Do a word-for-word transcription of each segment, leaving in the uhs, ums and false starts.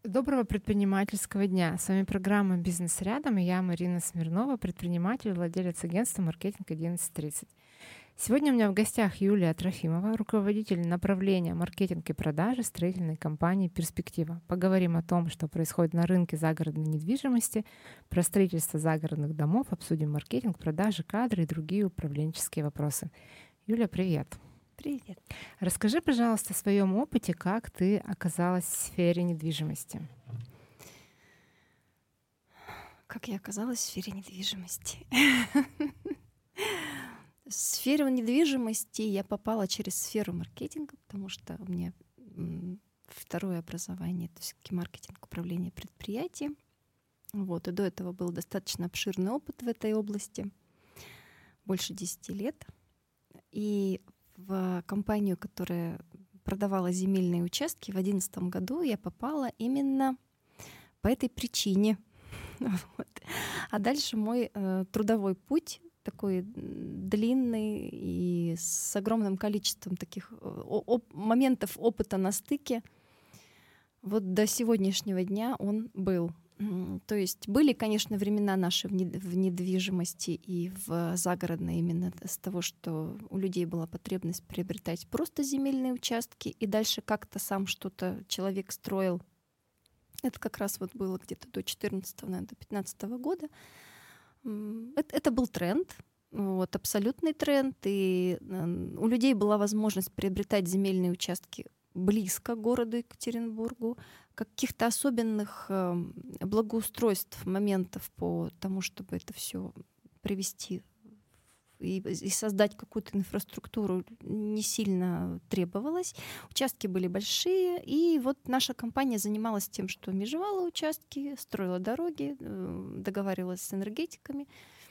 Доброго предпринимательского дня. С вами программа «Бизнес рядом» и я, Марина Смирнова, предприниматель, владелец агентства «Маркетинг одиннадцать тридцать». Сегодня у меня в гостях Юлия Трофимова, руководитель направления маркетинг и продажи строительной компании «Перспектива». Поговорим о том, что происходит на рынке загородной недвижимости, про строительство загородных домов, обсудим маркетинг, продажи, кадры и другие управленческие вопросы. Юля, привет. Привет. Расскажи, пожалуйста, о своем опыте, как ты оказалась в сфере недвижимости. Как я оказалась в сфере недвижимости? В сферу недвижимости я попала через сферу маркетинга, потому что у меня второе образование, то есть маркетинг, управление предприятием. Вот, и до этого был достаточно обширный опыт в этой области, больше десяти лет. И в компанию, которая продавала земельные участки, в две тысячи одиннадцатом году я попала именно по этой причине. Вот. А дальше мой э, трудовой путь такой длинный и с огромным количеством таких оп- моментов опыта на стыке. Вот до сегодняшнего дня он был. То есть были, конечно, времена наши в недвижимости и в загородной именно с того, что у людей была потребность приобретать просто земельные участки, и дальше как-то сам что-то человек строил. Это как раз вот было где-то до четырнадцатого, наверное, до пятнадцатого года. Это, это был тренд, вот, абсолютный тренд, и у людей была возможность приобретать земельные участки близко к городу Екатеринбургу, каких-то особенных э, благоустройств, моментов по тому, чтобы это все привести и, и создать какую-то инфраструктуру, не сильно требовалось. Участки были большие, и вот наша компания занималась тем, что межевала участки, строила дороги, э, договаривалась с энергетиками.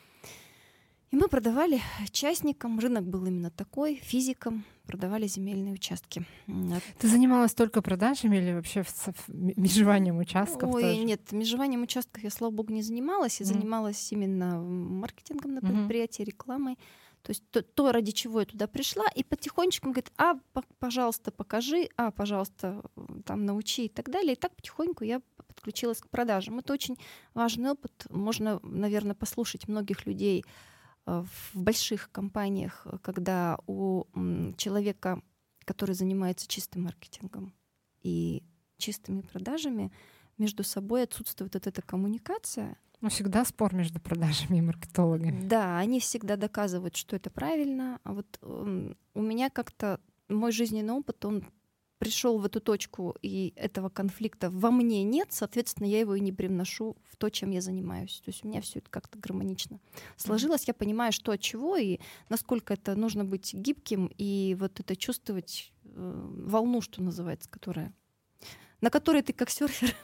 И мы продавали частникам, рынок был именно такой, физикам, продавали земельные участки. Ты занималась только продажами или вообще межеванием участков? Ой, тоже? Нет, межеванием участков я, слава богу, не занималась. Я mm. занималась именно маркетингом на предприятии, mm-hmm. рекламой. То есть то, то, ради чего я туда пришла, и потихонечку говорит, а, пожалуйста, покажи, а, пожалуйста, там научи и так далее. И так потихоньку я подключилась к продажам. Это очень важный опыт. Можно, наверное, послушать многих людей в больших компаниях, когда у человека, который занимается чистым маркетингом и чистыми продажами, между собой отсутствует вот эта коммуникация. Ну, всегда спор между продажами и маркетологами. Да, они всегда доказывают, что это правильно. А вот у меня как-то мой жизненный опыт, он пришел в эту точку, и этого конфликта во мне нет, соответственно, я его и не привношу в то, чем я занимаюсь. То есть у меня все это как-то гармонично сложилось. Я понимаю, что от чего, и насколько это нужно быть гибким, и вот это чувствовать э, волну, что называется, которая, на которой ты как серфер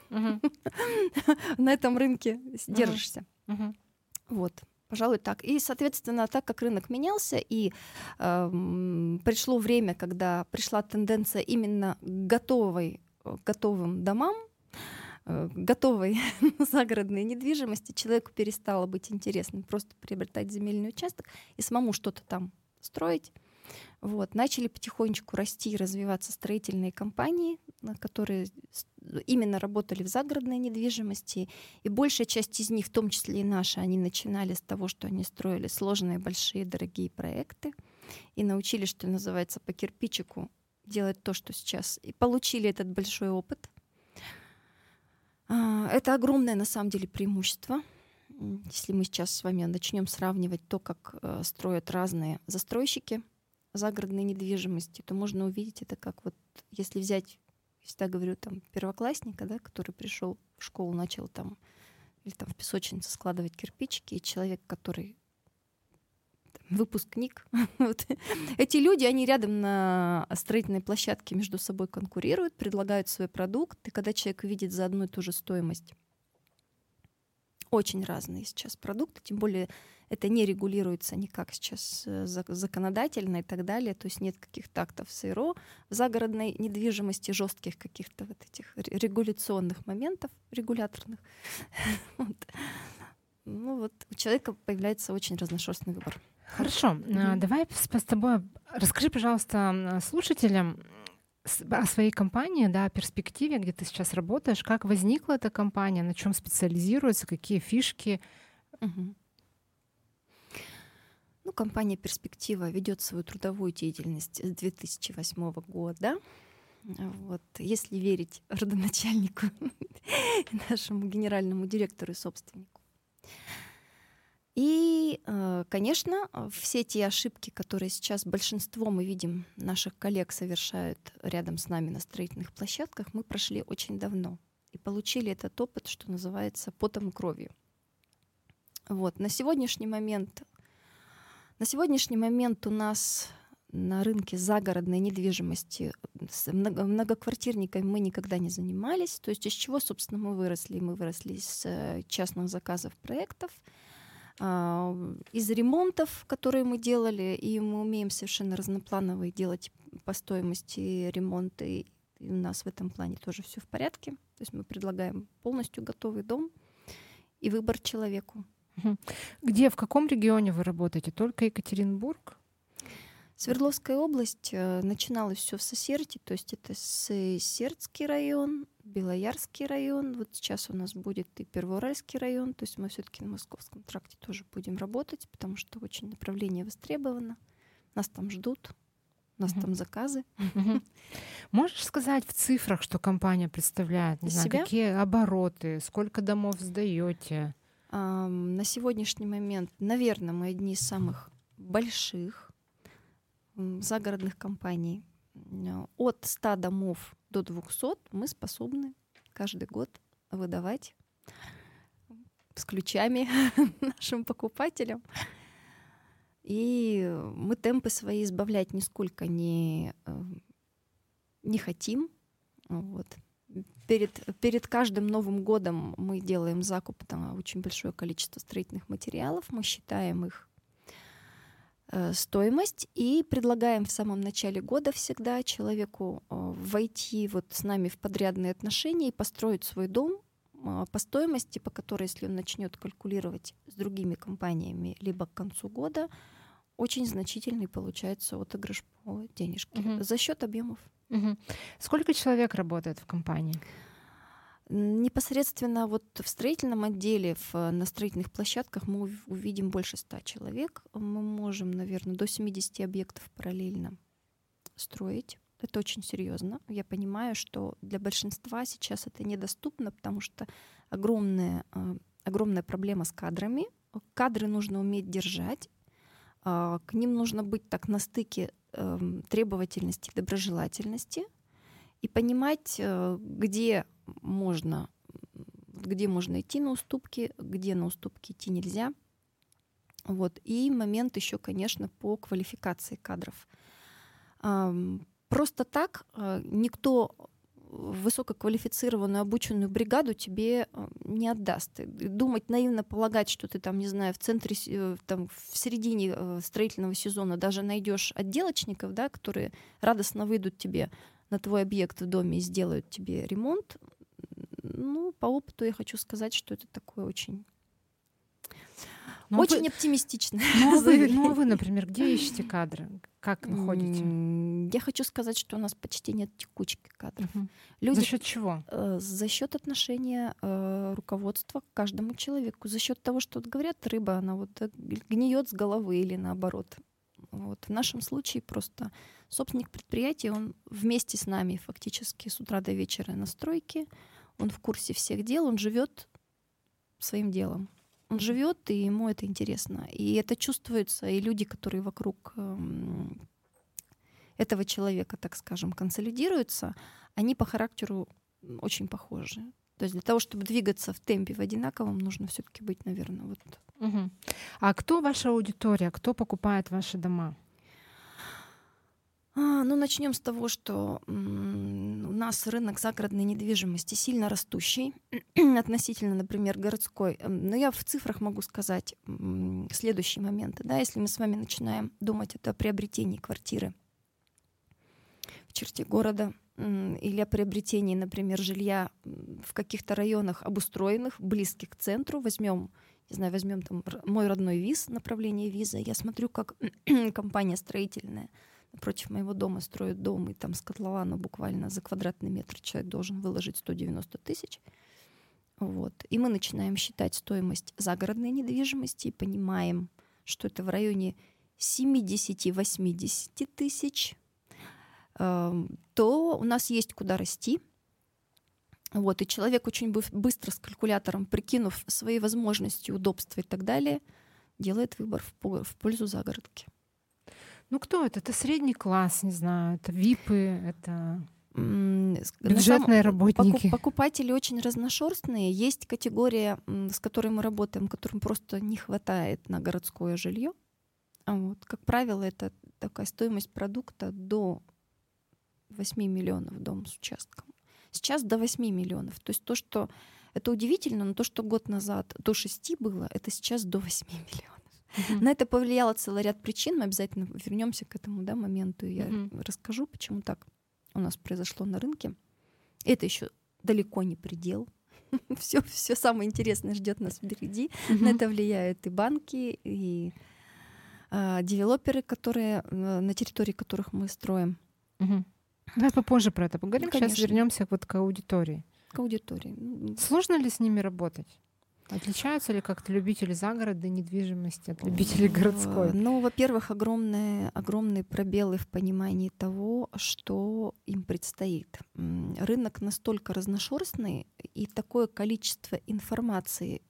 на этом рынке держишься. Вот. Пожалуй, так. И, соответственно, так как рынок менялся, и э, пришло время, когда пришла тенденция именно к готовой, готовым домам, э, готовой загородной недвижимости, человеку перестало быть интересным просто приобретать земельный участок и самому что-то там строить. Вот. Начали потихонечку расти и развиваться строительные компании, которые именно работали в загородной недвижимости. И большая часть из них, в том числе и наши, они начинали с того, что они строили сложные, большие, дорогие проекты и научились, что называется, по кирпичику делать то, что сейчас. И получили этот большой опыт. Это огромное, на самом деле, преимущество. Если мы сейчас с вами начнем сравнивать то, как строят разные застройщики загородной недвижимости, то можно увидеть это как вот, если взять, всегда говорю, там, первоклассника, да, который пришел в школу, начал там, или там в песочнице складывать кирпичики, и человек, который там, выпускник, вот. Эти люди, они рядом на строительной площадке между собой конкурируют, предлагают свой продукт, и когда человек видит за одну и ту же стоимость очень разные сейчас продукты, тем более это не регулируется никак сейчас законодательно и так далее, то есть нет каких-то актов СРО в загородной недвижимости, жестких каких-то вот этих регуляционных моментов, регуляторных. Вот. Ну вот у человека появляется очень разношерстный выбор. Хорошо, mm-hmm. давай с тобой расскажи, пожалуйста, слушателям, с- о своей компании, да, о перспективе, где ты сейчас работаешь, как возникла эта компания, на чем специализируется, какие фишки. Мгм. Ну, компания «Перспектива» ведет свою трудовую деятельность с две тысячи восьмого года. Вот. Если верить родоначальнику, нашему генеральному директору и собственнику. И, э, конечно, э, все те ошибки, которые сейчас большинство, мы видим, наших коллег совершают рядом с нами на строительных площадках, мы прошли очень давно и получили этот опыт, что называется, потом и кровью. Вот. На сегодняшний момент, на сегодняшний момент у нас на рынке загородной недвижимости с много- многоквартирниками мы никогда не занимались. То есть из чего, собственно, мы выросли? Мы выросли из э, частных заказов проектов, а, из ремонтов, которые мы делали, и мы умеем совершенно разноплановые делать по стоимости ремонты. И у нас в этом плане тоже все в порядке. То есть мы предлагаем полностью готовый дом и выбор человеку. Мгм. Где, в каком регионе вы работаете? Только Екатеринбург? Свердловская область, э, начиналось все в Сосерте, то есть это Сесертский район, Белоярский район. Вот сейчас у нас будет и Первоуральский район, то есть мы все-таки на Московском тракте тоже будем работать, потому что очень направление востребовано. Нас там ждут, у нас Мгм. там заказы. Мгм. Можешь сказать в цифрах, что компания представляет? Не Из знаю, себя? какие обороты, сколько домов сдаете? Ам, На сегодняшний момент, наверное, мы одни из самых больших м, загородных компаний. М, От ста домов до двухсот мы способны каждый год выдавать с ключами нашим покупателям. И мы темпы свои избавлять нисколько не, э, не хотим. Вот. Перед, перед каждым Новым годом мы делаем закуп на очень большое количество строительных материалов, мы считаем их э, стоимость и предлагаем в самом начале года всегда человеку э, войти вот с нами в подрядные отношения и построить свой дом э, по стоимости, по которой, если он начнет калькулировать с другими компаниями, либо к концу года, очень значительный получается отыгрыш по денежке Мгм. за счет объемов. Мгм. Сколько человек работает в компании? Непосредственно вот в строительном отделе, в, на строительных площадках мы ув- увидим больше ста человек. Мы можем, наверное, до семидесяти объектов параллельно строить. Это очень серьезно. Я понимаю, что для большинства сейчас это недоступно, потому что огромная, э, огромная проблема с кадрами. Кадры нужно уметь держать. а, К ним нужно быть так на стыке эм, требовательности и доброжелательности и понимать, э, где можно, где можно идти на уступки, где на уступки идти нельзя. Вот. И момент еще, конечно, по квалификации кадров. Ам, Просто так э, никто высококвалифицированную обученную бригаду тебе э, не отдаст. И думать, наивно полагать, что ты там, не знаю, в центре, с- э, там, в середине э, строительного сезона даже найдешь отделочников, да, которые радостно выйдут тебе на твой объект в доме и сделают тебе ремонт. Ну, по опыту я хочу сказать, что это такое очень, Ну, а очень вы, оптимистичное ну, а вы, заявление. ну, а вы, например, где ищете кадры? Как находите? М, Я хочу сказать, что у нас почти нет текучки кадров. Мгм. За Люди счет чего? э, за счет отношения э, руководства к каждому человеку, за счет того, что вот говорят, рыба, она вот э, гниет с головы или наоборот. Вот. В нашем случае просто собственник предприятия, он вместе с нами фактически с утра до вечера на стройке, он в курсе всех дел, он живет своим делом. Он живет, и ему это интересно. И это чувствуется, и люди, которые вокруг эм, этого человека, так скажем, консолидируются, они по характеру очень похожи. То есть для того, чтобы двигаться в темпе в одинаковом, нужно все-таки быть, наверное, вот. Мгм. А кто ваша аудитория? Кто покупает ваши дома? А, ну, начнем с того, что м, у нас рынок загородной недвижимости сильно растущий относительно, например, городской. Эм, Но я в цифрах могу сказать м, следующие моменты. Да, если мы с вами начинаем думать это о приобретении квартиры в черте города м, или о приобретении, например, жилья м, в каких-то районах обустроенных, близких к центру, возьмем, не знаю, возьмем там р- мой родной ВИЗ, направление ВИЗа, я смотрю, как компания строительная напротив моего дома строят дом, и там с котлована буквально за квадратный метр человек должен выложить сто девяносто тысяч. Вот. И мы начинаем считать стоимость загородной недвижимости и понимаем, что это в районе семьдесят-восемьдесят тысяч, то у нас есть куда расти. Вот. И человек очень быстро с калькулятором, прикинув свои возможности, удобства и так далее, делает выбор в пользу загородки. Ну кто это? Это средний класс, не знаю, это випы, это бюджетные работники. Покупатели очень разношерстные. Есть категория, с которой мы работаем, которым просто не хватает на городское жилье. Вот. Как правило, это такая стоимость продукта до восьми миллионов дом с участком. Сейчас до восьми миллионов. То есть то, что это удивительно, но то, что год назад до шести было, это сейчас до восьми миллионов. Uh-huh. На это повлияло целый ряд причин. Мы обязательно вернемся к этому, да, моменту. И я uh-huh. расскажу, почему так у нас произошло на рынке. Это еще далеко не предел. все, все самое интересное ждет нас впереди. Uh-huh. На это влияют и банки, и а, девелоперы, которые, на территории которых мы строим. Uh-huh. Давай попозже про это поговорим. Ну, сейчас вернемся вот к аудитории. К аудитории. Сложно ли с ними работать? Отличаются ли как-то любители загородной недвижимости от любителей городской? Ну, во-первых, огромные, огромные пробелы в понимании того, что им предстоит. Рынок настолько разношерстный, и такое количество информации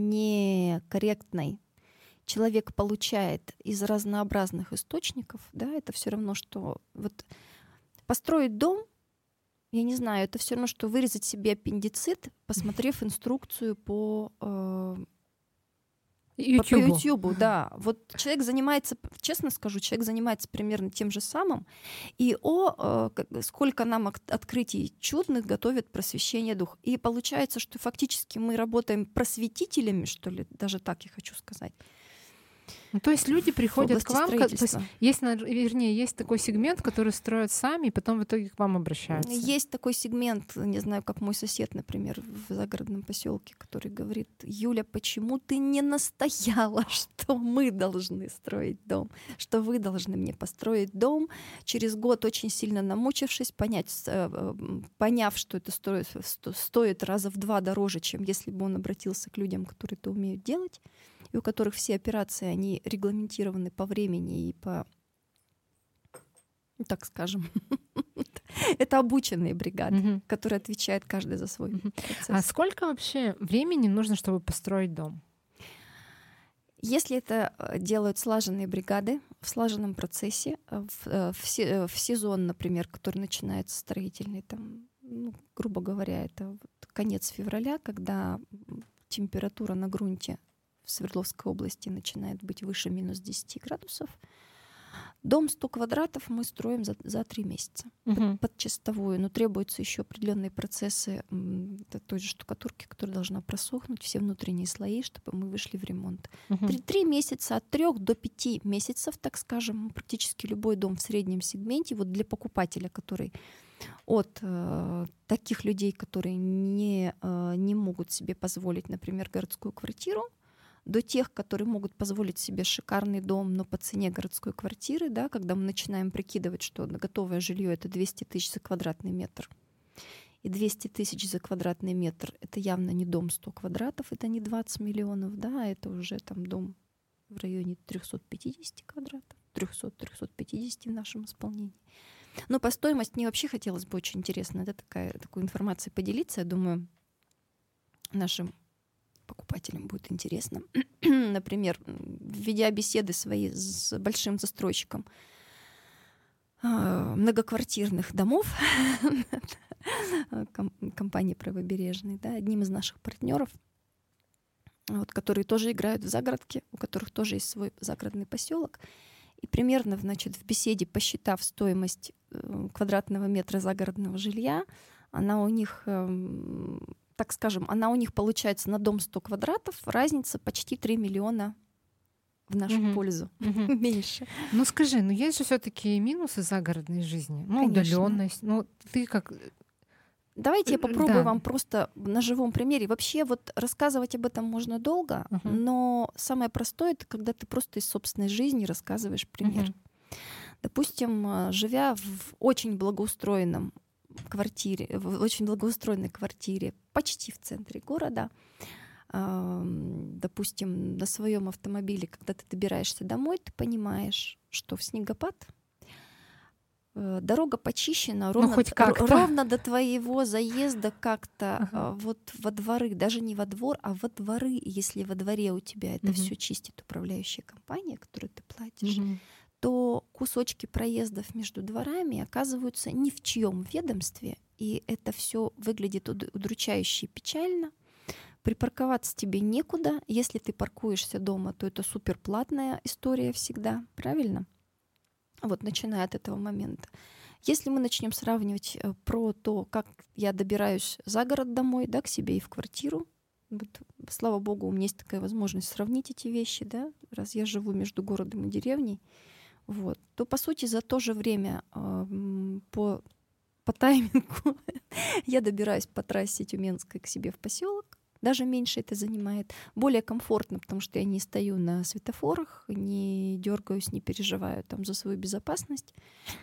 некорректной человек получает из разнообразных источников, да, это все равно, что вот построить дом, я не знаю, это все равно, что вырезать себе аппендицит, посмотрев инструкцию по, э, YouTube. по YouTube. Да. Вот человек занимается, честно скажу, человек занимается примерно тем же самым. И о, э, сколько нам открытий чудных готовит просвещение духа. И получается, что фактически мы работаем просветителями, что ли, даже так я хочу сказать. Ну, то есть люди приходят к вам, то есть есть, вернее, есть такой сегмент, который строят сами, и потом в итоге к вам обращаются. Есть такой сегмент, не знаю, как мой сосед, например, в загородном поселке, который говорит: Юля, почему ты не настояла, что мы должны строить дом, что вы должны мне построить дом? Через год, очень сильно намучившись, понять, поняв, что это стоит, стоит раза в два дороже, чем если бы он обратился к людям, которые это умеют делать, и у которых все операции, они регламентированы по времени и по, так скажем, это обученные бригады, uh-huh. которые отвечают каждый за свой uh-huh. процесс. А сколько вообще времени нужно, чтобы построить дом? Если это делают слаженные бригады в слаженном процессе, в, в, в сезон, например, который начинается строительный, там, ну, грубо говоря, это вот конец февраля, когда температура на грунте в Свердловской области начинает быть выше минус десять градусов. Дом сто квадратов мы строим за, за три месяца uh-huh. под, под чистовую, но требуются еще определенные процессы той же штукатурки, которая должна просохнуть, все внутренние слои, чтобы мы вышли в ремонт. Uh-huh. Три, три месяца, от трех до пяти месяцев, так скажем, практически любой дом в среднем сегменте, вот для покупателя, который от э, таких людей, которые не, э, не могут себе позволить, например, городскую квартиру, до тех, которые могут позволить себе шикарный дом, но по цене городской квартиры, да, когда мы начинаем прикидывать, что готовое жилье — это двести тысяч за квадратный метр. И двести тысяч за квадратный метр — это явно не дом сто квадратов, это не двадцать миллионов, да, это уже там дом в районе триста пятьдесят квадратов, триста - триста пятьдесят в нашем исполнении. Но по стоимости мне вообще хотелось бы очень интересно, да, такая, такой информацией поделиться. Я думаю, нашим покупателям будет интересно. Например, ведя беседы свои с большим застройщиком многоквартирных домов компании «Правобережный», да, одним из наших партнеров, вот, которые тоже играют в загородке, у которых тоже есть свой загородный поселок. И примерно, значит, в беседе, посчитав стоимость квадратного метра загородного жилья, она у них, так скажем, она у них получается на дом сто квадратов, разница почти три миллиона в нашу uh-huh. пользу. Uh-huh. Меньше. Ну скажи, ну есть же все-таки минусы загородной жизни. Ну, удаленность. Ну, ты как. Давайте я попробую да. вам просто на живом примере. Вообще вот рассказывать об этом можно долго, uh-huh. но самое простое — это когда ты просто из собственной жизни рассказываешь пример. Uh-huh. Допустим, живя в очень благоустроенном квартире, в очень благоустроенной квартире почти в центре города, допустим, на своем автомобиле, когда ты добираешься домой, ты понимаешь, что в снегопад дорога почищена ровно, ну, хоть как-то. ровно до твоего заезда как-то Ага. вот во дворы, даже не во двор, а во дворы. Если во дворе у тебя это Мгм. все чистит управляющая компания, которой ты платишь, Мгм. то кусочки проездов между дворами оказываются ни в чьем ведомстве, и это все выглядит уд- удручающе и печально. Припарковаться тебе некуда. Если ты паркуешься дома, то это суперплатная история всегда, правильно? Вот начиная от этого момента. Если мы начнем сравнивать э, про то, как я добираюсь за город домой, да, к себе и в квартиру, вот, слава богу, у меня есть такая возможность сравнить эти вещи, да, раз я живу между городом и деревней, вот, то, по сути, за то же время э, м, по, по таймингу я добираюсь по трассе Тюменской к себе в поселок. Даже меньше это занимает. Более комфортно, потому что я не стою на светофорах, не дергаюсь, не переживаю там за свою безопасность.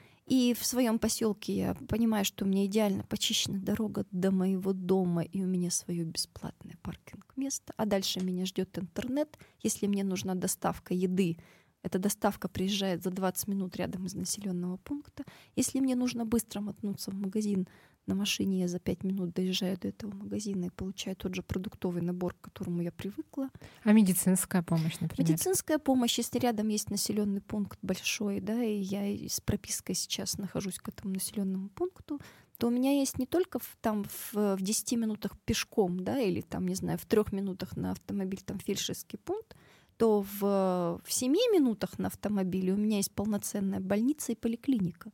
И в своем поселке я понимаю, что у меня идеально почищена дорога до моего дома, и у меня свое бесплатное паркинг-место. А дальше меня ждет интернет. Если мне нужна доставка еды, эта доставка приезжает за двадцать минут рядом из населенного пункта. Если мне нужно быстро мотнуться в магазин на машине, я за пять минут доезжаю до этого магазина и получаю тот же продуктовый набор, к которому я привыкла. А медицинская помощь, например? Медицинская помощь, если рядом есть населенный пункт большой, да, и я с пропиской сейчас нахожусь к этому населенному пункту, то у меня есть не только в, там в, в десяти минутах пешком, да, или там, не знаю, в трех минутах на автомобиль там фельдшерский пункт, то в, в семи минутах на автомобиле у меня есть полноценная больница и поликлиника.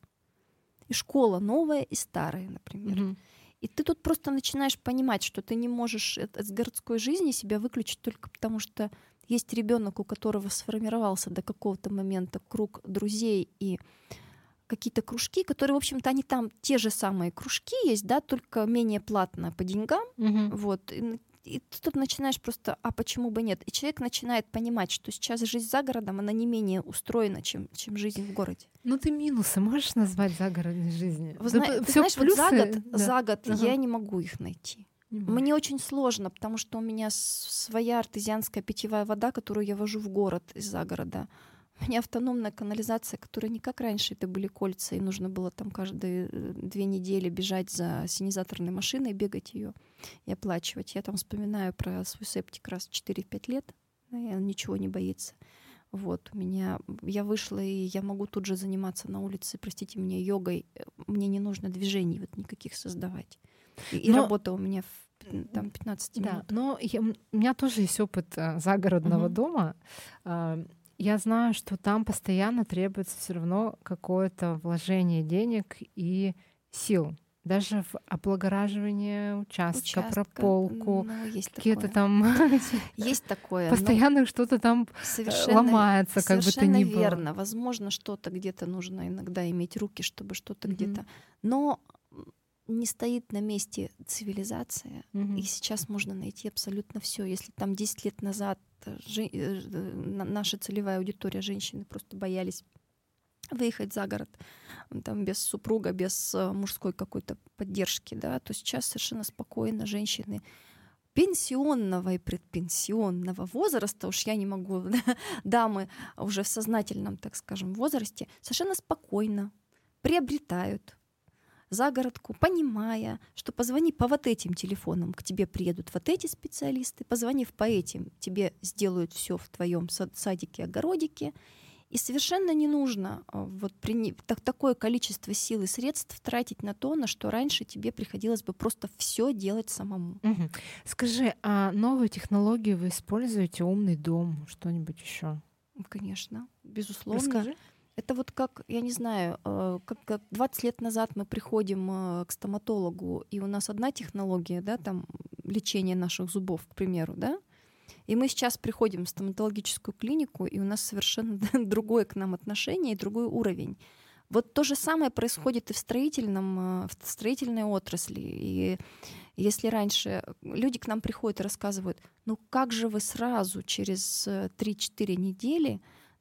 И школа новая и старая, например. Мгм. И ты тут просто начинаешь понимать, что ты не можешь из городской жизни себя выключить только потому, что есть ребенок, у которого сформировался до какого-то момента круг друзей и какие-то кружки, которые, в общем-то, они там те же самые кружки есть, да, только менее платно по деньгам. Мгм. Вот. И, и ты тут начинаешь просто, а почему бы нет? И человек начинает понимать, что сейчас жизнь за городом, она не менее устроена, чем, чем жизнь в городе. Ну ты минусы можешь назвать загородной жизни? Вы Да зна- п- ты всё знаешь, вот за плюсы, год, да. за год Ага. я не могу их найти. Не можешь. Мне очень сложно, потому что у меня с- своя артезианская питьевая вода, которую я вожу в город из-за города. У меня автономная канализация, которая не как раньше, это были кольца, и нужно было там каждые э, две недели бежать за ассенизаторной машиной, бегать ее и оплачивать. Я там вспоминаю про свой септик раз в четыре-пять лет, да, и он ничего не боится. Вот, у меня, я вышла, и я могу тут же заниматься на улице, простите меня, йогой. Э, Мне не нужно движений вот никаких создавать. И, и Но- работа у меня в п- там пятнадцать Да, минут. но я- м- у меня тоже есть опыт а, загородного Мгм. дома. А, Я знаю, что там постоянно требуется все равно какое-то вложение денег и сил. Даже в облагораживание участка, Участка, прополку, ну, есть какие-то такое. там Есть такое, но постоянно что-то там э, совершенно, ломается, как бы то совершенно ни было. верно. Возможно, что-то где-то нужно иногда иметь руки, чтобы что-то Мгм. где-то. Но м, не стоит на месте цивилизация, Мгм. и сейчас можно найти абсолютно все. Если там десять лет назад э, жен- э, э, на- наша целевая аудитория женщины просто боялись выехать за город м, там без супруга, без э, мужской какой-то поддержки, да, то сейчас совершенно спокойно женщины пенсионного и предпенсионного возраста, уж я не могу, да, дамы уже в сознательном, так скажем, возрасте, совершенно спокойно приобретают загородку, понимая, что позвони по вот этим телефонам, к тебе приедут вот эти специалисты, позвонив по этим, тебе сделают все в твоем садике, огородике, и совершенно не нужно а, вот при, так, такое количество сил и средств тратить на то, на что раньше тебе приходилось бы просто все делать самому. Мгм. Скажи, а новые технологии вы используете? Умный дом, что-нибудь еще? Конечно, безусловно. Расскажи. Это вот как, я не знаю, э, как, как двадцать лет назад мы приходим э, к стоматологу, и у нас одна технология, да, там лечение наших зубов, к примеру, да, и мы сейчас приходим в стоматологическую клинику, и у нас совершенно другое к нам отношение и другой уровень. Вот то же самое происходит и в строительном, э, в строительной отрасли. И если раньше люди к нам приходят и рассказывают, ну как же вы сразу через э, три-четыре недели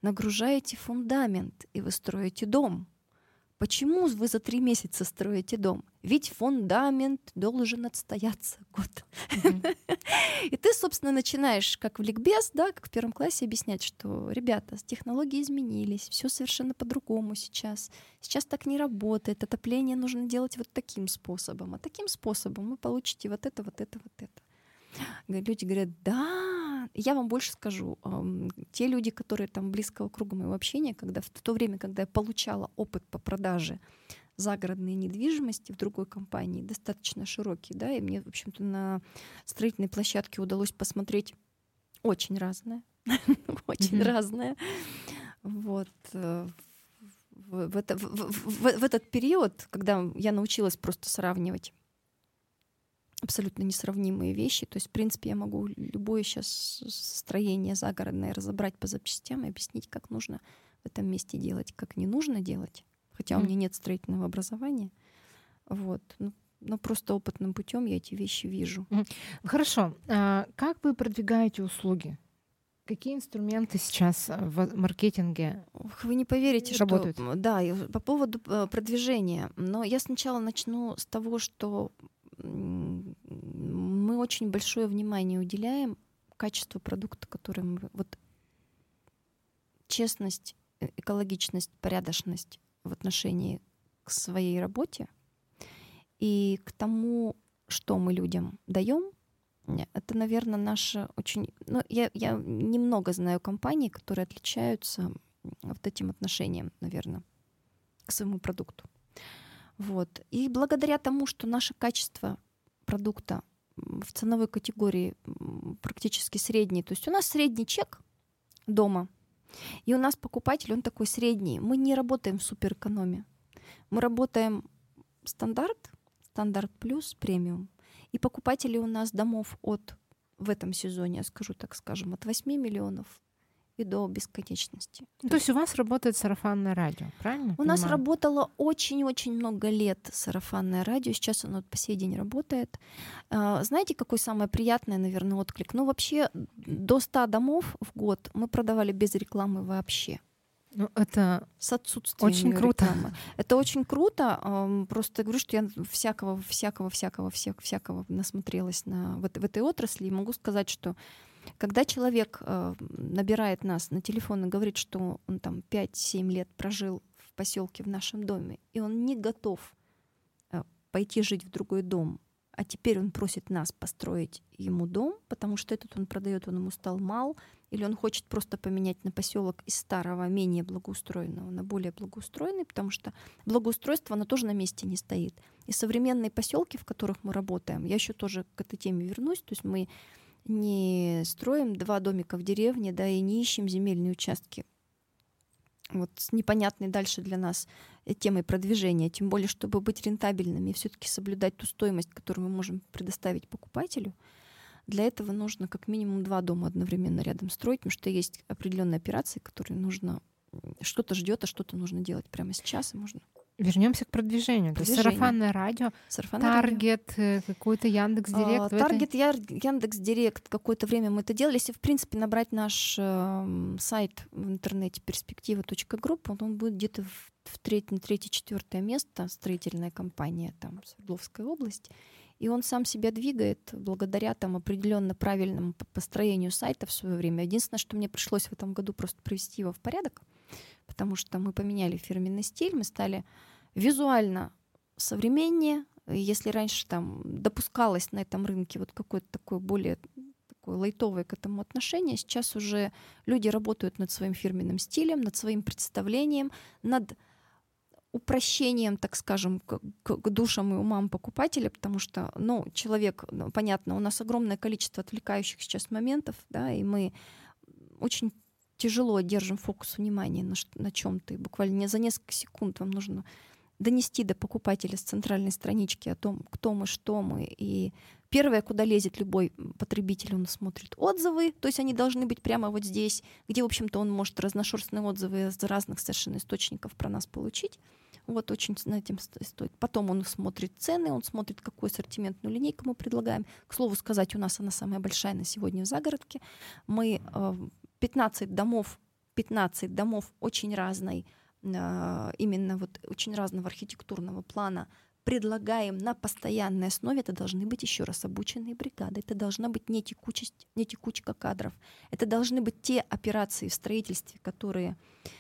нагружаете фундамент, и вы строите дом. Почему вы за три месяца строите дом? Ведь фундамент должен отстояться год. Mm-hmm. И ты, собственно, начинаешь, как в ликбез, да, как в первом классе, объяснять, что, ребята, технологии изменились, все совершенно по-другому сейчас. Сейчас так не работает, отопление нужно делать вот таким способом, а таким способом вы получите вот это, вот это, вот это. Люди говорят, да, я вам больше скажу, те люди, которые там близкого круга моего общения, когда в то время, когда я получала опыт по продаже загородной недвижимости в другой компании, достаточно широкий, да, и мне, в общем-то, на строительной площадке удалось посмотреть очень разное, очень разное. Вот. В этот период, когда я научилась просто сравнивать абсолютно несравнимые вещи. То есть, в принципе, я могу любое сейчас строение загородное разобрать по запчастям и объяснить, как нужно в этом месте делать, как не нужно делать. Хотя mm. у меня нет строительного образования. Вот. Ну, но просто опытным путем я эти вещи вижу. Mm. Хорошо. А как вы продвигаете услуги? Какие инструменты сейчас в маркетинге Вы не поверите, работают? Что, да, по поводу продвижения. Но я сначала начну с того, что мы очень большое внимание уделяем качеству продукта, который мы... Вот честность, экологичность, порядочность в отношении к своей работе и к тому, что мы людям даем, это, наверное, наша очень... Ну, я, я немного знаю компаний, которые отличаются вот этим отношением, наверное, к своему продукту. Вот. И благодаря тому, что наше качество продукта в ценовой категории практически средний, то есть у нас средний чек дома, и у нас покупатель, он такой средний. Мы не работаем в суперэкономе. Мы работаем стандарт, стандарт плюс, премиум. И покупатели у нас домов от, в этом сезоне, я скажу так скажем, от восьми миллионов и до бесконечности. Ну, то есть у вас работает сарафанное радио, правильно? У Понимаю? нас работало очень-очень много лет сарафанное радио, сейчас оно по сей день работает. Знаете, какой самый приятный, наверное, отклик? Ну, вообще, до ста домов в год мы продавали без рекламы вообще. Ну, это с отсутствием очень круто. Рекламы. Это очень круто. Просто говорю, что я всякого, всякого, всякого, всякого, всякого насмотрелась на, в, в этой отрасли. И могу сказать, что когда человек э, набирает нас на телефон и говорит, что он там пять-семь лет прожил в поселке в нашем доме, и он не готов э, пойти жить в другой дом, а теперь он просит нас построить ему дом, потому что этот он продает, он ему стал мал, или он хочет просто поменять на поселок из старого, менее благоустроенного на более благоустроенный, потому что благоустройство, оно тоже на месте не стоит. И современные поселки, в которых мы работаем, я еще тоже к этой теме вернусь, то есть мы не строим два домика в деревне, да, и не ищем земельные участки вот с непонятной дальше для нас темой продвижения, тем более, чтобы быть рентабельными и все-таки соблюдать ту стоимость, которую мы можем предоставить покупателю. Для этого нужно как минимум два дома одновременно рядом строить, потому что есть определенные операции, которые нужно... Что-то ждет, а что-то нужно делать прямо сейчас, и можно... Вернемся к продвижению. продвижению. То есть сарафанное радио, Таргет, какой-то Яндекс.Директ. Таргет, Яндекс.Директ, какое-то время мы это делали. Если, в принципе, набрать наш э, сайт в интернете перспектива точка групп, он будет где-то в, в третье, третье, четвертое место, строительная компания там, Свердловская область. И он сам себя двигает благодаря там определенно правильному построению сайта в свое время. Единственное, что мне пришлось в этом году просто привести его в порядок, потому что мы поменяли фирменный стиль, мы стали визуально современнее. Если раньше там допускалось на этом рынке вот какое-то такое более такое лайтовое к этому отношение, сейчас уже люди работают над своим фирменным стилем, над своим представлением, над упрощением, так скажем, к, к душам и умам покупателя, потому что, ну, человек, ну, понятно, у нас огромное количество отвлекающих сейчас моментов, да, и мы очень тяжело держим фокус внимания на, на чем-то, и буквально не за несколько секунд вам нужно донести до покупателя с центральной странички о том, кто мы, что мы. И первое, куда лезет любой потребитель, он смотрит отзывы, то есть они должны быть прямо вот здесь, где, в общем-то, он может разношерстные отзывы из разных совершенно источников про нас получить. Вот очень на этим стоит. Потом он смотрит цены, он смотрит, какую ассортиментную линейку мы предлагаем. К слову сказать, у нас она самая большая на сегодня в загородке. Мы пятнадцать домов пятнадцать домов очень разной, именно вот очень разного архитектурного плана, предлагаем на постоянной основе, это должны быть еще раз обученные бригады, это должна быть не текучесть, не текучка кадров, это должны быть те операции в строительстве, которые,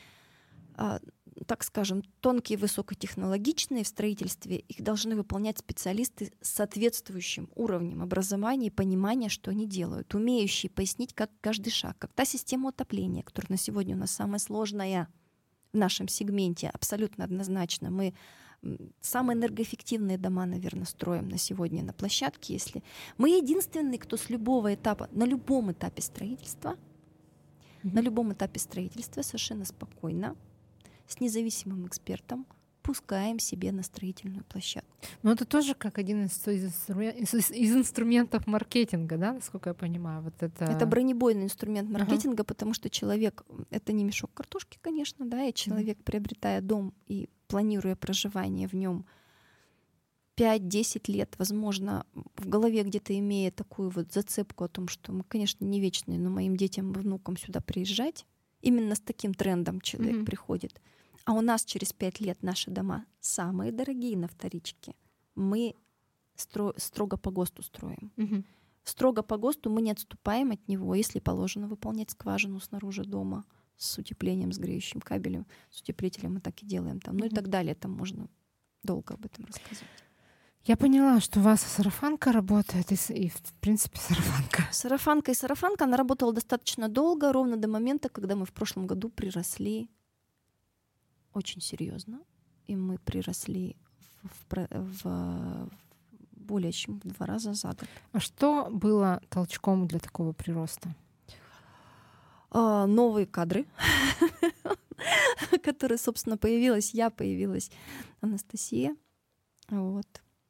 так скажем, тонкие, высокотехнологичные в строительстве, их должны выполнять специалисты с соответствующим уровнем образования и понимания, что они делают, умеющие пояснить, как каждый шаг, как та система отопления, которая на сегодня у нас самая сложная в нашем сегменте, абсолютно однозначно. Мы самые энергоэффективные дома, наверное, строим на сегодня на площадке. Если мы единственные, кто с любого этапа, на любом этапе строительства, mm-hmm. на любом этапе строительства совершенно спокойно, с независимым экспертом пускаем себе на строительную площадку. Но это тоже как один из, из, из инструментов маркетинга, да, насколько я понимаю. Вот это... это бронебойный инструмент маркетинга, ага. потому что человек, это не мешок картошки, конечно, да, и человек, mm-hmm. приобретая дом и планируя проживание в нем пять-десять лет, возможно, в голове где-то имея такую вот зацепку о том, что мы, конечно, не вечные, но моим детям и внукам сюда приезжать, именно с таким трендом человек mm-hmm. приходит. А у нас через пять лет наши дома самые дорогие на вторичке. Мы стро- строго по ГОСТу строим. Mm-hmm. Строго по ГОСТу мы не отступаем от него, если положено выполнять скважину снаружи дома с утеплением, с греющим кабелем, с утеплителем мы так и делаем там. Ну mm-hmm. и так далее. Там можно долго об этом рассказать. Я поняла, что у вас сарафанка работает, и, и в принципе сарафанка. Сарафанка и сарафанка, она работала достаточно долго, ровно до момента, когда мы в прошлом году приросли очень серьезно, и мы приросли в, в, в более чем в два раза за год. А что было толчком для такого прироста? А, новые кадры, которые, собственно, появилась я, появилась Анастасия, вот,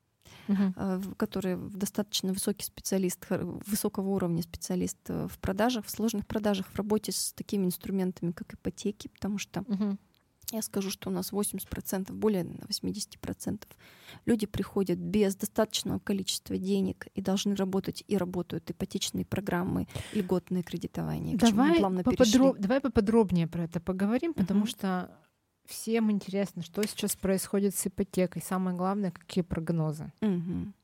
который достаточно высокий специалист, высокого уровня специалист в продажах, в сложных продажах, в работе с такими инструментами, как ипотеки, потому что я скажу, что у нас восемьдесят процентов, более восемьдесят процентов люди приходят без достаточного количества денег и должны работать и работают ипотечные программы, льготное кредитование. Давай, поподроб... Давай поподробнее про это поговорим, потому uh-huh. что всем интересно, что сейчас происходит с ипотекой. Самое главное, какие прогнозы. Uh-huh.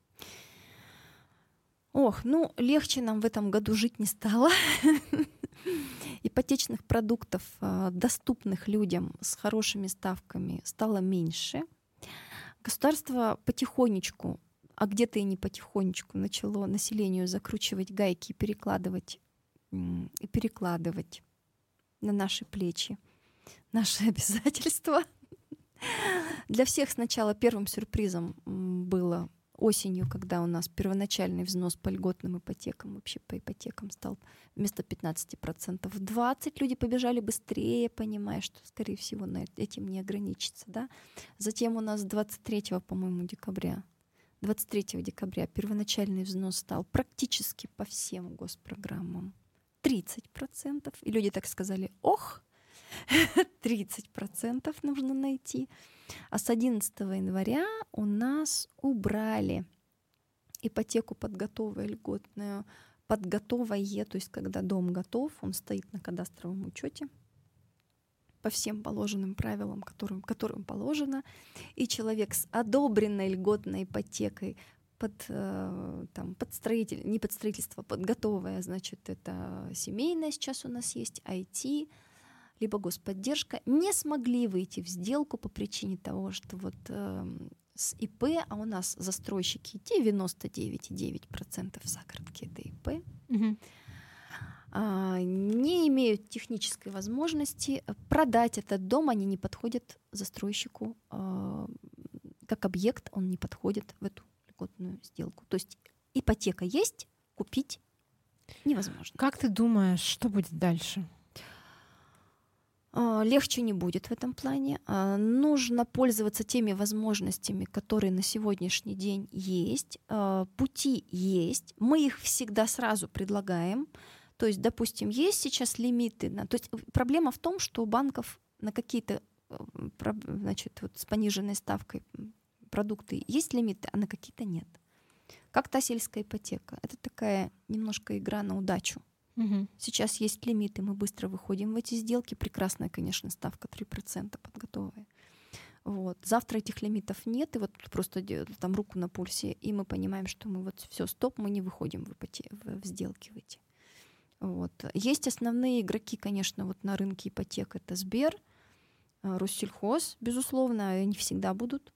Ох, ну легче нам в этом году жить не стало. Ипотечных продуктов, доступных людям с хорошими ставками, стало меньше. Государство потихонечку, а где-то и не потихонечку, начало населению закручивать гайки и перекладывать, и перекладывать на наши плечи наши обязательства. Для всех сначала первым сюрпризом было осенью, когда у нас первоначальный взнос по льготным ипотекам, вообще по ипотекам стал вместо пятнадцати процентов двадцать, люди побежали быстрее, понимая, что, скорее всего, на этим не ограничится. Да? Затем у нас двадцать третьего, по-моему, декабря, двадцать третьего декабря первоначальный взнос стал практически по всем госпрограммам тридцать процентов. И люди так сказали: ох, тридцать процентов нужно найти. А с одиннадцатого января у нас убрали ипотеку под готовое льготное, под готовое, то есть когда дом готов, он стоит на кадастровом учете по всем положенным правилам, которым, которым положено, и человек с одобренной льготной ипотекой под, э, там, под строитель, не под строительство, под готовое, значит, это семейное сейчас у нас есть, ай ти, либо господдержка, не смогли выйти в сделку по причине того, что вот э, с ИП, а у нас застройщики девяносто девять целых девять десятых процента загородки это ИП, угу. а, не имеют технической возможности продать этот дом, они не подходят застройщику а, как объект, он не подходит в эту льготную сделку. То есть ипотека есть, купить невозможно. Как ты думаешь, что будет дальше? Легче не будет в этом плане. Нужно пользоваться теми возможностями, которые на сегодняшний день есть. Пути есть. Мы их всегда сразу предлагаем. То есть, допустим, есть сейчас лимиты. На... То есть проблема в том, что у банков на какие-то, значит, вот с пониженной ставкой продукты есть лимиты, а на какие-то нет. Как та сельская ипотека. Это такая немножко игра на удачу. Угу. Сейчас есть лимиты, мы быстро выходим в эти сделки. Прекрасная, конечно, ставка три процента подготовая. Вот. Завтра этих лимитов нет, и вот просто там руку на пульсе, и мы понимаем, что мы вот все, стоп, мы не выходим в, ипоте- в, в сделки в эти. Вот. Есть основные игроки, конечно, вот на рынке ипотек. Это Сбер, Россельхоз, безусловно, они всегда будут.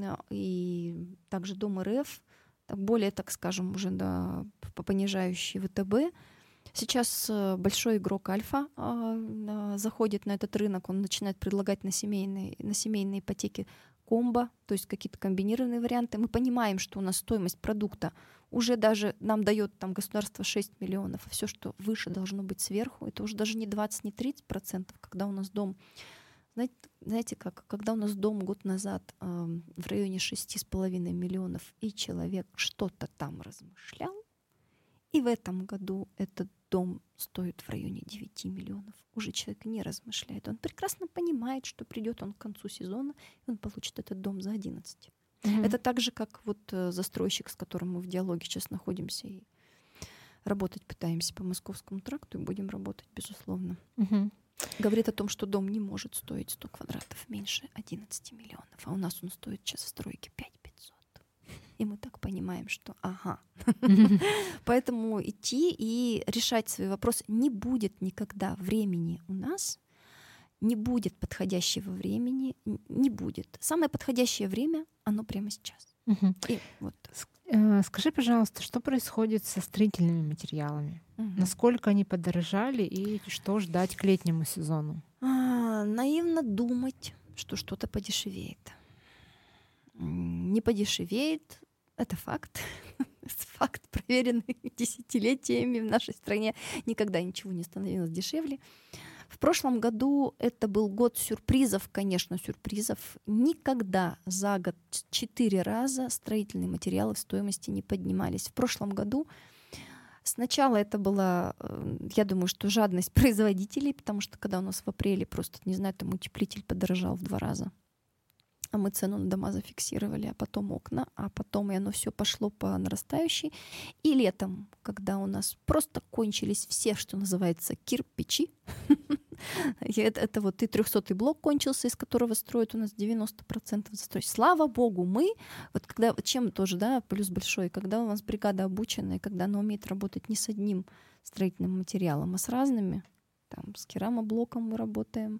И также Дом РФ, более, так скажем, уже да, понижающий ВТБ. Сейчас большой игрок Альфа э, заходит на этот рынок, он начинает предлагать на семейные, на семейные ипотеки комбо, то есть какие-то комбинированные варианты. Мы понимаем, что у нас стоимость продукта уже даже нам дает там государство шесть миллионов, а все, что выше, должно быть сверху. Это уже даже не двадцать, не тридцать процентов, когда у нас дом... Знаете, знаете как? Когда у нас дом год назад э, в районе шести с половиной миллионов, и человек что-то там размышлял, и в этом году этот дом стоит в районе девяти миллионов. Уже человек не размышляет. Он прекрасно понимает, что придет он к концу сезона, и он получит этот дом за одиннадцать. Mm-hmm. Это так же, как вот застройщик, с которым мы в диалоге сейчас находимся и работать пытаемся по Московскому тракту, и будем работать, безусловно. Mm-hmm. Говорит о том, что дом не может стоить сто квадратов меньше одиннадцати миллионов, а у нас он стоит сейчас в стройке пять пятьсот. И мы так понимаем, что ага. Поэтому идти и решать свои вопросы. Не будет никогда времени у нас, не будет подходящего времени, не будет. Самое подходящее время, оно прямо сейчас. И вот. Скажи, пожалуйста, что происходит со строительными материалами? Угу. Насколько они подорожали и что ждать к летнему сезону? А, наивно думать, что что-то подешевеет. Не подешевеет, это факт. Факт, проверенный десятилетиями в нашей стране. Никогда ничего не становилось дешевле. В прошлом году это был год сюрпризов, конечно, сюрпризов. Никогда за год четыре раза строительные материалы в стоимости не поднимались. В прошлом году сначала это была, я думаю, что жадность производителей, потому что когда у нас в апреле просто, не знаю, там утеплитель подорожал в два раза, а мы цену на дома зафиксировали, а потом окна, а потом и оно все пошло по нарастающей. И летом, когда у нас просто кончились все, что называется, кирпичи, это, это вот и трехсотый блок кончился, из которого строят у нас девяносто процентов застрой. Слава богу, мы, вот когда, чем тоже, да, плюс большой, когда у нас бригада обученная, когда она умеет работать не с одним строительным материалом, а с разными, там, с керамоблоком мы работаем,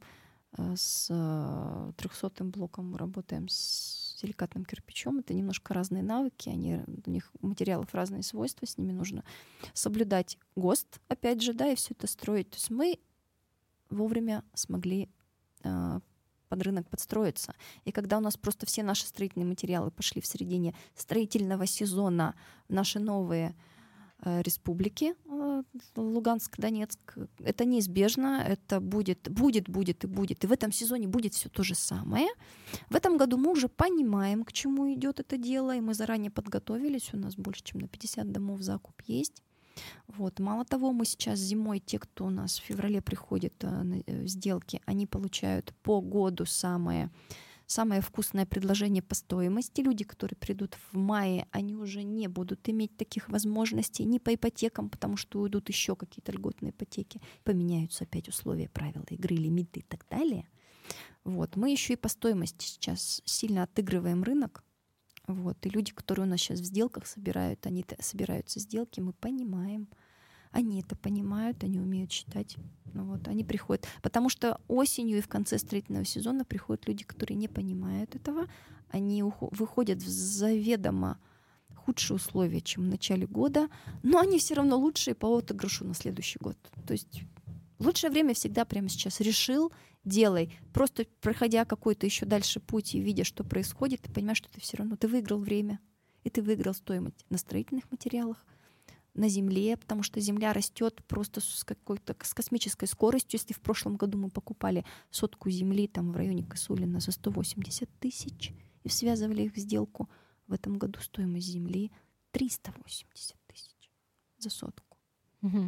с трехсотым блоком мы работаем с силикатным кирпичом. Это немножко разные навыки, они, у них материалов разные свойства, с ними нужно соблюдать ГОСТ, опять же, да, и все это строить. То есть мы вовремя смогли э, под рынок подстроиться. И когда у нас просто все наши строительные материалы пошли в середине строительного сезона, наши новые республики Луганск, Донецк. Это неизбежно, это будет, будет, будет и будет. И в этом сезоне будет все то же самое. В этом году мы уже понимаем, к чему идет это дело, и мы заранее подготовились. У нас больше, чем на пятьдесят домов закуп есть. Вот. Мало того, мы сейчас зимой, те, кто у нас в феврале приходит на сделки, они получают по году самое Самое вкусное предложение по стоимости. Люди, которые придут в мае, они уже не будут иметь таких возможностей ни по ипотекам, потому что уйдут еще какие-то льготные ипотеки. Поменяются опять условия, правила игры, лимиты и так далее. Вот. Мы еще и по стоимости сейчас сильно отыгрываем рынок. Вот. И люди, которые у нас сейчас в сделках собирают, они собираются сделки, мы понимаем. Они это понимают, они умеют считать. Ну вот, они приходят. Потому что осенью и в конце строительного сезона приходят люди, которые не понимают этого. Они уход- выходят в заведомо худшие условия, чем в начале года, но они все равно лучшие по отыгрышу на следующий год. То есть лучшее время всегда прямо сейчас. Решил, делай. Просто проходя какой-то еще дальше путь и видя, что происходит, ты понимаешь, что ты все равно ты выиграл время, и ты выиграл стоимость на строительных материалах, на земле, потому что земля растет просто с какой-то с космической скоростью. Если в прошлом году мы покупали сотку земли там в районе Косулина за сто восемьдесят тысяч и связывали их в сделку, в этом году стоимость земли триста восемьдесят тысяч за сотку. Угу.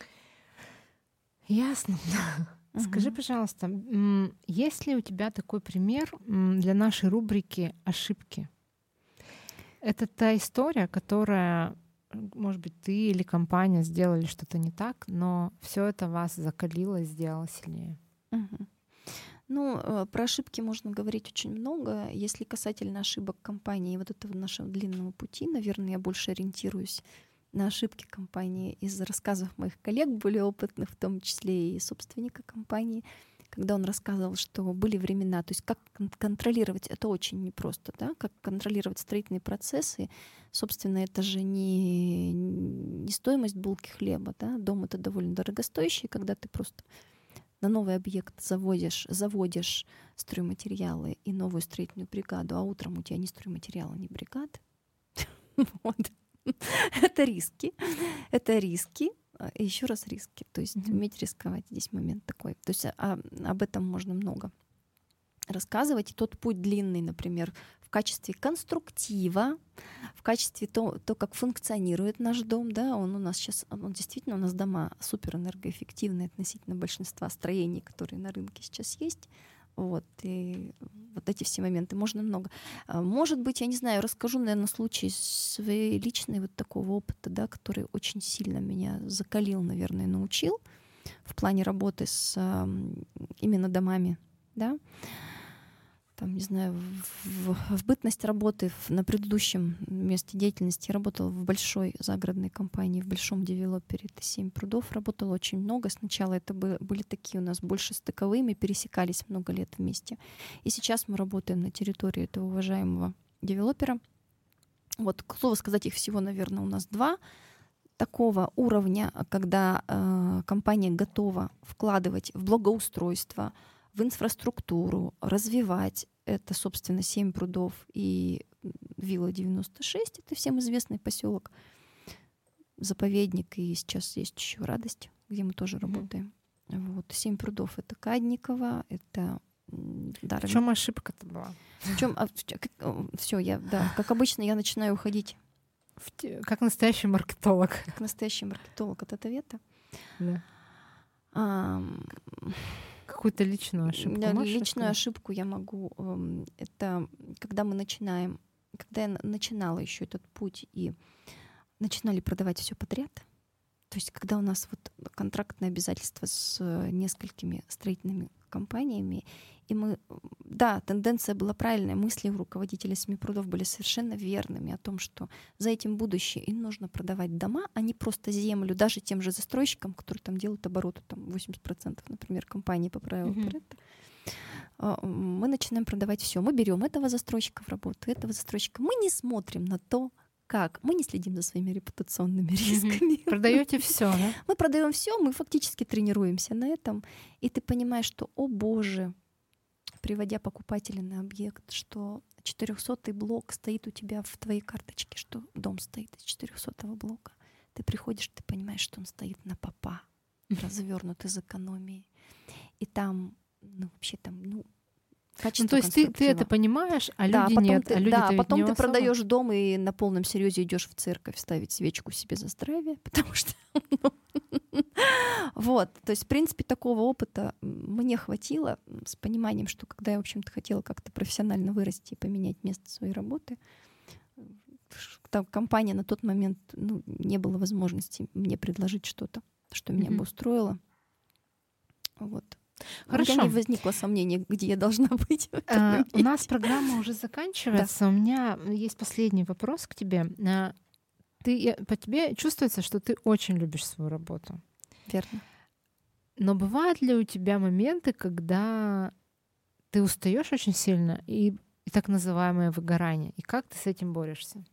Ясно. Угу. Скажи, пожалуйста, есть ли у тебя такой пример для нашей рубрики «Ошибки»? Это та история, которая может быть, ты или компания сделали что-то не так, но все это вас закалило и сделало сильнее? Мгм. Ну, э, про ошибки можно говорить очень много. Если касательно ошибок компании, вот этого нашего длинного пути, наверное, я больше ориентируюсь на ошибки компании из рассказов моих коллег, более опытных, в том числе и собственника компании, когда он рассказывал, что были времена, то есть как кон- контролировать, это очень непросто, да, как контролировать строительные процессы. Собственно, это же не, не стоимость булки хлеба, да, дом — это довольно дорогостоящий, когда ты просто на новый объект заводишь, заводишь стройматериалы и новую строительную бригаду, а утром у тебя ни стройматериала, ни бригады. Вот. Это риски. Это риски. а, И еще раз риски. То есть Мгм. уметь рисковать. Здесь момент такой. То есть а, об этом можно много рассказывать. И тот путь длинный, например, в качестве конструктива, в качестве то, то как функционирует наш дом, да, он у нас сейчас, он действительно, у нас дома супер энергоэффективные относительно большинства строений, которые на рынке сейчас есть. Вот, и вот эти все моменты можно много. А, Может быть, я не знаю, расскажу, наверное, случай своей личной вот такого опыта, да, который очень сильно меня закалил, наверное, научил в плане работы с ам, именно домами, да. Там, не знаю, в, в- в бытность работы в- на предыдущем месте деятельности я работала в большой загородной компании, в большом девелопере. Это семь прудов. Работала очень много. Сначала это бы- были такие у нас больше стыковыми, пересекались много лет вместе. И сейчас мы работаем на территории этого уважаемого девелопера. Вот, к слову сказать, их всего, наверное, у нас два такого уровня, а, когда э, компания готова вкладывать в благоустройство, в инфраструктуру, развивать. Это, собственно, семь прудов и вилла девяносто шесть. Это всем известный поселок, заповедник. И сейчас есть еще Радость, где мы тоже Мгм. работаем. Вот. Семь прудов — это Кадниково, это м, В Дарвин. чем ошибка-то была? В чем, все, я, да, как обычно, я начинаю уходить В те- Как настоящий маркетолог. как настоящий маркетолог от ответа. Да. Ам, Какую-то личную ошибку Да, можешь личную рассказать? ошибку я могу. эм, Это когда мы начинаем, когда я на- начинала еще этот путь и начинали продавать все подряд. То есть, когда у нас вот контрактные обязательства с э, несколькими строительными компаниями, и мы, м, да, тенденция была правильная, мысли у руководителей семи прудов были совершенно верными о том, что за этим будущее, им нужно продавать дома, а не просто землю, даже тем же застройщикам, которые там делают обороты, там восемьдесят процентов, например, компании по правилам Мгм. Паретта. А, м, Мы начинаем продавать все. Мы берем этого застройщика в работу, этого застройщика. Мы не смотрим на то, как. Мы не следим за своими репутационными Мгм. рисками. Продаете все, да? Мы продаем все, мы фактически тренируемся на этом. И ты понимаешь, что, о боже, приводя покупателя на объект, что четырехсотый блок стоит у тебя в твоей карточке, что дом стоит из четырехсотого блока. Ты приходишь, ты понимаешь, что он стоит на попа, развернут из экономии. И там, ну, вообще там, ну, Ну, качество то есть ты, ты это конструктива. понимаешь, а Да, люди потом нет. ты, А да, люди-то ведь потом не ты особо. продаешь дом и на полном серьезе идешь в церковь ставить свечку себе за здравие, потому что ну, вот, то есть, в принципе, такого опыта мне хватило с пониманием, что когда я, в общем-то, хотела как-то профессионально вырасти и поменять место своей работы, там компания на тот момент, ну, не было возможности мне предложить что-то, что меня бы Мгм. устроило. Вот. У меня Хорошо. не возникло сомнений, где я должна быть в этом А, у нас моменте. программа уже заканчивается. У меня есть последний вопрос к тебе. А, Ты, я- по тебе чувствуется, что ты очень любишь свою работу. Верно. Но бывают ли у тебя моменты, когда ты устаешь очень сильно и, и так называемое выгорание? И как ты с этим борешься?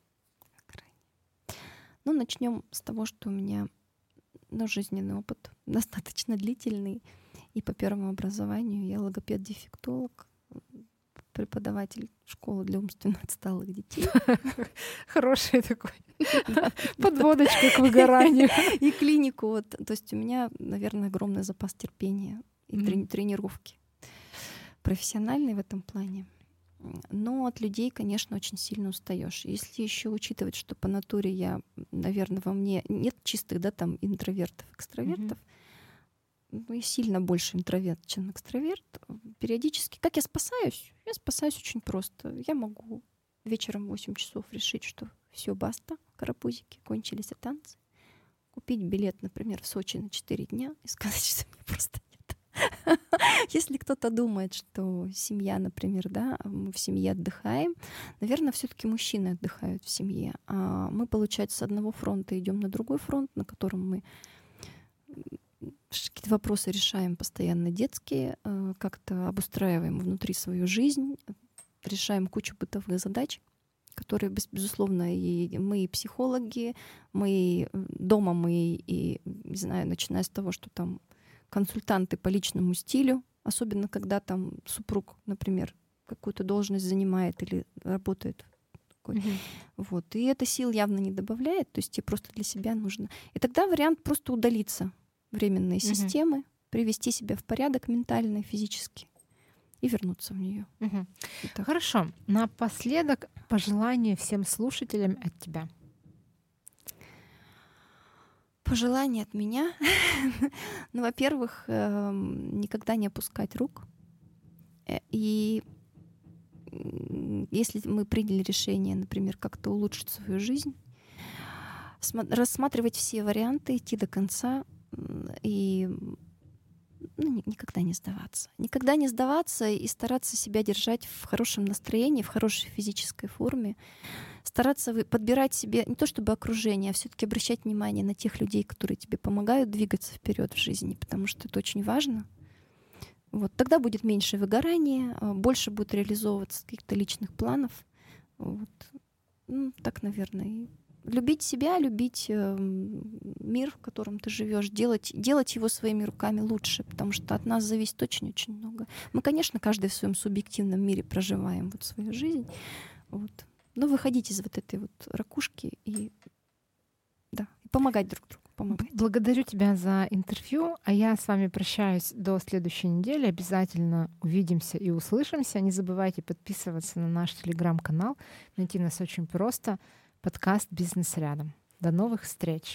Ну, начнем с того, что у меня, ну, жизненный опыт достаточно длительный. И по первому образованию я логопед-дефектолог, преподаватель школы для умственно отсталых детей. Хороший такой подводочка к выгоранию. И клинику. Вот. То есть у меня, наверное, огромный запас терпения и трени- тренировки профессиональной в этом плане. Но от людей, конечно, очень сильно устаешь. Если еще учитывать, что по натуре я, наверное, во мне нет чистых, да, там интровертов, экстравертов, ну, и сильно больше интроверт, чем экстраверт. Периодически, как я спасаюсь? Я спасаюсь очень просто. Я могу вечером в восемь часов решить, что все, баста, карапузики, кончились танцы, купить билет, например, в Сочи на четыре дня и сказать, что мне просто нет. Если кто-то думает, что семья, например, да, мы в семье отдыхаем, наверное, все-таки мужчины отдыхают в семье, а мы, получается, с одного фронта идем на другой фронт, на котором мы какие-то вопросы решаем постоянно детские, как-то обустраиваем внутри свою жизнь, решаем кучу бытовых задач, которые, безусловно, и мы и психологи, мы дома, мы и, не знаю, начиная с того, что там консультанты по личному стилю, особенно когда там супруг, например, какую-то должность занимает или работает. Mm-hmm. Вот. И это сил явно не добавляет, то есть тебе просто для себя нужно. И тогда вариант просто удалиться временные mm-hmm. системы, привести себя в порядок ментально и физически и вернуться в нее. Mm-hmm. Хорошо. Напоследок пожелание всем слушателям от тебя. Пожелание от меня. Ну, во-первых, никогда не опускать рук. И если мы приняли решение, например, как-то улучшить свою жизнь, рассматривать все варианты, идти до конца и ну, никогда не сдаваться. Никогда не сдаваться и стараться себя держать в хорошем настроении, в хорошей физической форме. Стараться подбирать себе не то чтобы окружение, а все-таки обращать внимание на тех людей, которые тебе помогают двигаться вперед в жизни, потому что это очень важно. Вот. Тогда будет меньше выгорания, больше будет реализовываться каких-то личных планов. Вот. Ну, так, наверное. Любить себя, любить э, мир, в котором ты живешь, делать, делать его своими руками лучше, потому что от нас зависит очень-очень много. Мы, конечно, каждый в своем субъективном мире проживаем вот свою жизнь. Вот. Но выходить из вот этой вот ракушки и, да, и помогать друг другу. Помогать. Благодарю тебя за интервью, а я с вами прощаюсь до следующей недели. Обязательно увидимся и услышимся. Не забывайте подписываться на наш телеграм-канал. Найти нас очень просто. Подкаст «Бизнес рядом». До новых встреч!